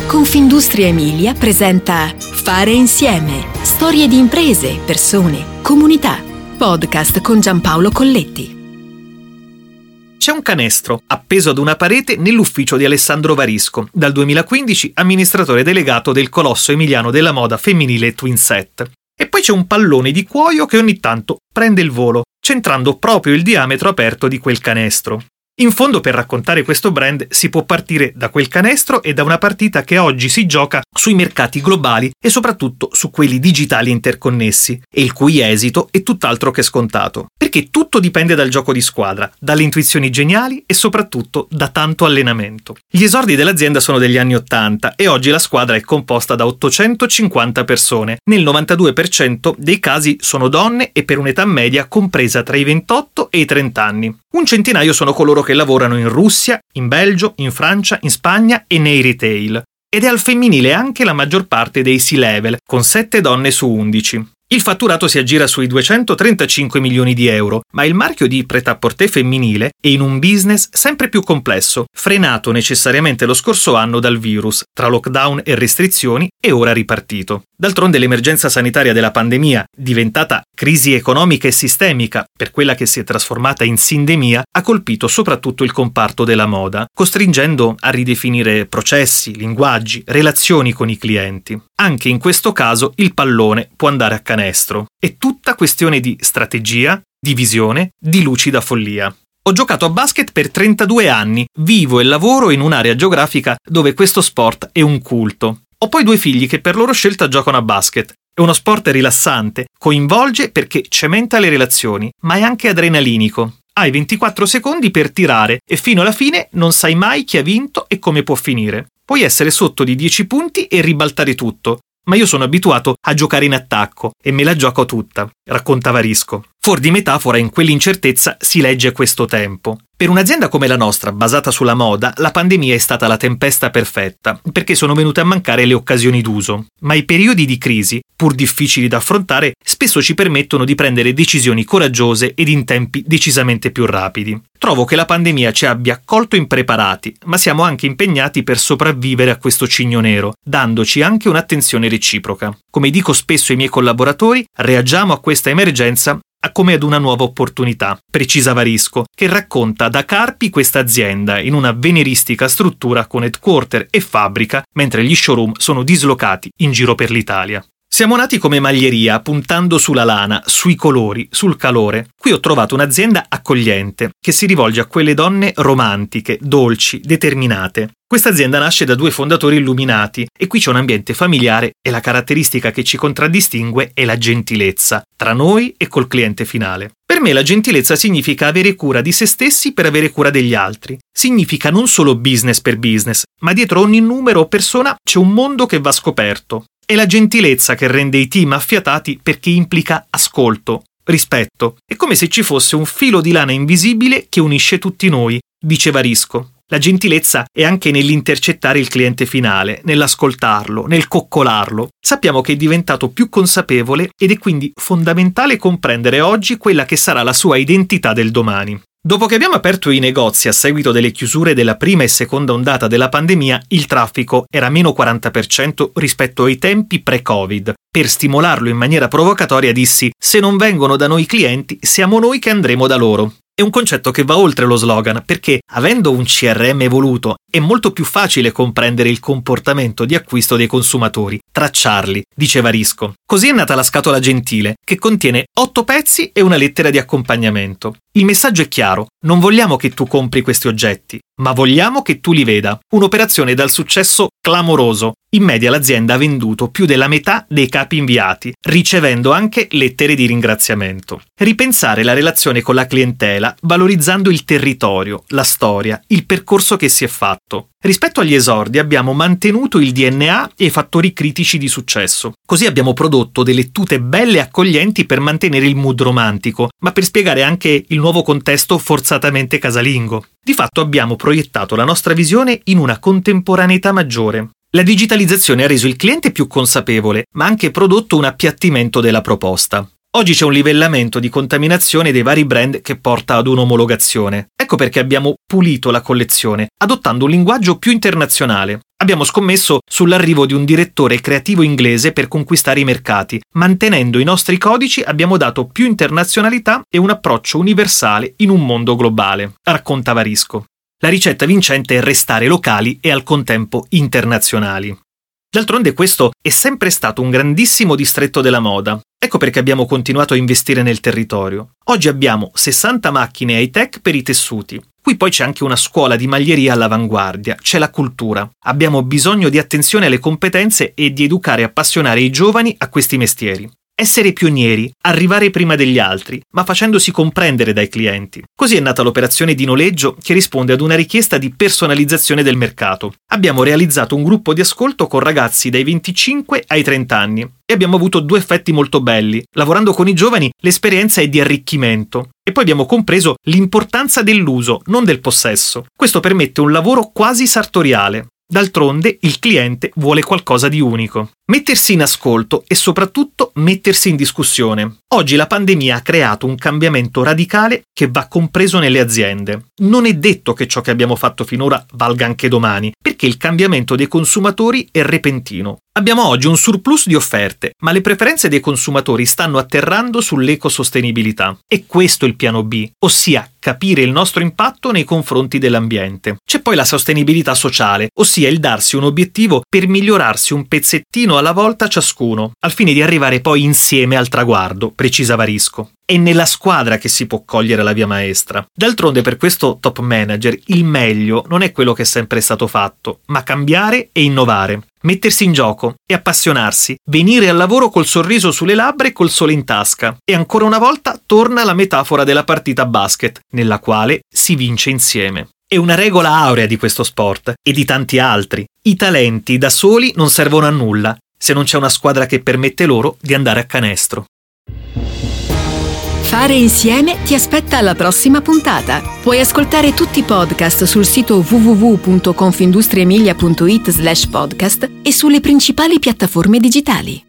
Confindustria Emilia presenta Fare insieme. Storie di imprese, persone, comunità. Podcast con Giampaolo Colletti. C'è un canestro appeso ad una parete nell'ufficio di Alessandro Varisco, dal 2015 amministratore delegato del colosso emiliano della moda femminile Twinset. E poi c'è un pallone di cuoio che ogni tanto prende il volo, centrando proprio il diametro aperto di quel canestro. In fondo, per raccontare questo brand si può partire da quel canestro e da una partita che oggi si gioca sui mercati globali e soprattutto su quelli digitali interconnessi, e il cui esito è tutt'altro che scontato. Perché tutto dipende dal gioco di squadra, dalle intuizioni geniali e soprattutto da tanto allenamento. Gli esordi dell'azienda sono degli anni 80 e oggi la squadra è composta da 850 persone. Nel 92% dei casi sono donne e per un'età media compresa tra i 28 e i 30 anni. Un centinaio sono coloro che lavorano in Russia, in Belgio, in Francia, in Spagna e nei retail. Ed è al femminile anche la maggior parte dei C-level, con 7 donne su 11. Il fatturato si aggira sui 235 milioni di euro, ma il marchio di prêt-à-porter femminile è in un business sempre più complesso, frenato necessariamente lo scorso anno dal virus, tra lockdown e restrizioni, e ora ripartito. D'altronde l'emergenza sanitaria della pandemia, diventata crisi economica e sistemica per quella che si è trasformata in sindemia, ha colpito soprattutto il comparto della moda, costringendo a ridefinire processi, linguaggi, relazioni con i clienti. Anche in questo caso il pallone può andare a canestro. È tutta questione di strategia, di visione, di lucida follia. Ho giocato a basket per 32 anni, vivo e lavoro in un'area geografica dove questo sport è un culto. Ho poi 2 figli che per loro scelta giocano a basket. È uno sport rilassante, coinvolge perché cementa le relazioni, ma è anche adrenalinico. Hai 24 secondi per tirare e fino alla fine non sai mai chi ha vinto e come può finire. Puoi essere sotto di 10 punti e ribaltare tutto, ma io sono abituato a giocare in attacco e me la gioco tutta, racconta Varisco. Fuor di metafora, in quell'incertezza si legge questo tempo. Per un'azienda come la nostra, basata sulla moda, la pandemia è stata la tempesta perfetta, perché sono venute a mancare le occasioni d'uso. Ma i periodi di crisi, pur difficili da affrontare, spesso ci permettono di prendere decisioni coraggiose ed in tempi decisamente più rapidi. Trovo che la pandemia ci abbia colto impreparati, ma siamo anche impegnati per sopravvivere a questo cigno nero, dandoci anche un'attenzione reciproca. Come dico spesso ai miei collaboratori, reagiamo a questa emergenza come ad una nuova opportunità, precisa Varisco, che racconta da Carpi questa azienda in una veneristica struttura con headquarter e fabbrica, mentre gli showroom sono dislocati in giro per l'Italia. Siamo nati come maglieria, puntando sulla lana, sui colori, sul calore. Qui ho trovato un'azienda accogliente, che si rivolge a quelle donne romantiche, dolci, determinate. Questa azienda nasce da 2 fondatori illuminati e qui c'è un ambiente familiare e la caratteristica che ci contraddistingue è la gentilezza, tra noi e col cliente finale. Per me la gentilezza significa avere cura di se stessi per avere cura degli altri. Significa non solo business per business, ma dietro ogni numero o persona c'è un mondo che va scoperto. È la gentilezza che rende i team affiatati perché implica ascolto, rispetto. È come se ci fosse un filo di lana invisibile che unisce tutti noi, dice Varisco. La gentilezza è anche nell'intercettare il cliente finale, nell'ascoltarlo, nel coccolarlo. Sappiamo che è diventato più consapevole ed è quindi fondamentale comprendere oggi quella che sarà la sua identità del domani. Dopo che abbiamo aperto i negozi a seguito delle chiusure della prima e seconda ondata della pandemia, il traffico era meno 40% rispetto ai tempi pre-Covid. Per stimolarlo in maniera provocatoria dissi: se non vengono da noi clienti, siamo noi che andremo da loro. È un concetto che va oltre lo slogan, perché avendo un CRM evoluto è molto più facile comprendere il comportamento di acquisto dei consumatori, tracciarli, dice Varisco. Così è nata la scatola gentile, che contiene 8 pezzi e una lettera di accompagnamento. Il messaggio è chiaro: non vogliamo che tu compri questi oggetti, ma vogliamo che tu li veda. Un'operazione dal successo clamoroso. In media l'azienda ha venduto più della metà dei capi inviati, ricevendo anche lettere di ringraziamento. Ripensare la relazione con la clientela, valorizzando il territorio, la storia, il percorso che si è fatto. Rispetto agli esordi abbiamo mantenuto il DNA e i fattori critici di successo. Così abbiamo prodotto delle tute belle e accoglienti per mantenere il mood romantico, ma per spiegare anche il nuovo contesto forzatamente casalingo. Di fatto abbiamo proiettato la nostra visione in una contemporaneità maggiore. La digitalizzazione ha reso il cliente più consapevole, ma ha anche prodotto un appiattimento della proposta. Oggi c'è un livellamento di contaminazione dei vari brand che porta ad un'omologazione. Ecco perché abbiamo pulito la collezione, adottando un linguaggio più internazionale. Abbiamo scommesso sull'arrivo di un direttore creativo inglese per conquistare i mercati. Mantenendo i nostri codici abbiamo dato più internazionalità e un approccio universale in un mondo globale, racconta Varisco. La ricetta vincente è restare locali e al contempo internazionali. D'altronde questo è sempre stato un grandissimo distretto della moda. Ecco perché abbiamo continuato a investire nel territorio. Oggi abbiamo 60 macchine high-tech per i tessuti. Qui poi c'è anche una scuola di maglieria all'avanguardia, c'è la cultura. Abbiamo bisogno di attenzione alle competenze e di educare e appassionare i giovani a questi mestieri. Essere pionieri, arrivare prima degli altri, ma facendosi comprendere dai clienti. Così è nata l'operazione di noleggio che risponde ad una richiesta di personalizzazione del mercato. Abbiamo realizzato un gruppo di ascolto con ragazzi dai 25 ai 30 anni e abbiamo avuto 2 effetti molto belli. Lavorando con i giovani l'esperienza è di arricchimento e poi abbiamo compreso l'importanza dell'uso, non del possesso. Questo permette un lavoro quasi sartoriale. D'altronde il cliente vuole qualcosa di unico. Mettersi in ascolto e soprattutto mettersi in discussione. Oggi la pandemia ha creato un cambiamento radicale che va compreso nelle aziende. Non è detto che ciò che abbiamo fatto finora valga anche domani, perché il cambiamento dei consumatori è repentino. Abbiamo oggi un surplus di offerte, ma le preferenze dei consumatori stanno atterrando sull'ecosostenibilità. E questo è il piano B, ossia capire il nostro impatto nei confronti dell'ambiente. C'è poi la sostenibilità sociale, ossia il darsi un obiettivo per migliorarsi un pezzettino alla volta ciascuno, al fine di arrivare poi insieme al traguardo, precisa Varisco. È nella squadra che si può cogliere la via maestra. D'altronde per questo top manager il meglio non è quello che è sempre stato fatto, ma cambiare e innovare. Mettersi in gioco e appassionarsi, venire al lavoro col sorriso sulle labbra e col sole in tasca. E ancora una volta torna la metafora della partita a basket, nella quale si vince insieme. È una regola aurea di questo sport e di tanti altri. I talenti da soli non servono a nulla, se non c'è una squadra che permette loro di andare a canestro. Fare insieme ti aspetta alla prossima puntata. Puoi ascoltare tutti i podcast sul sito www.confindustriemilia.it/podcast e sulle principali piattaforme digitali.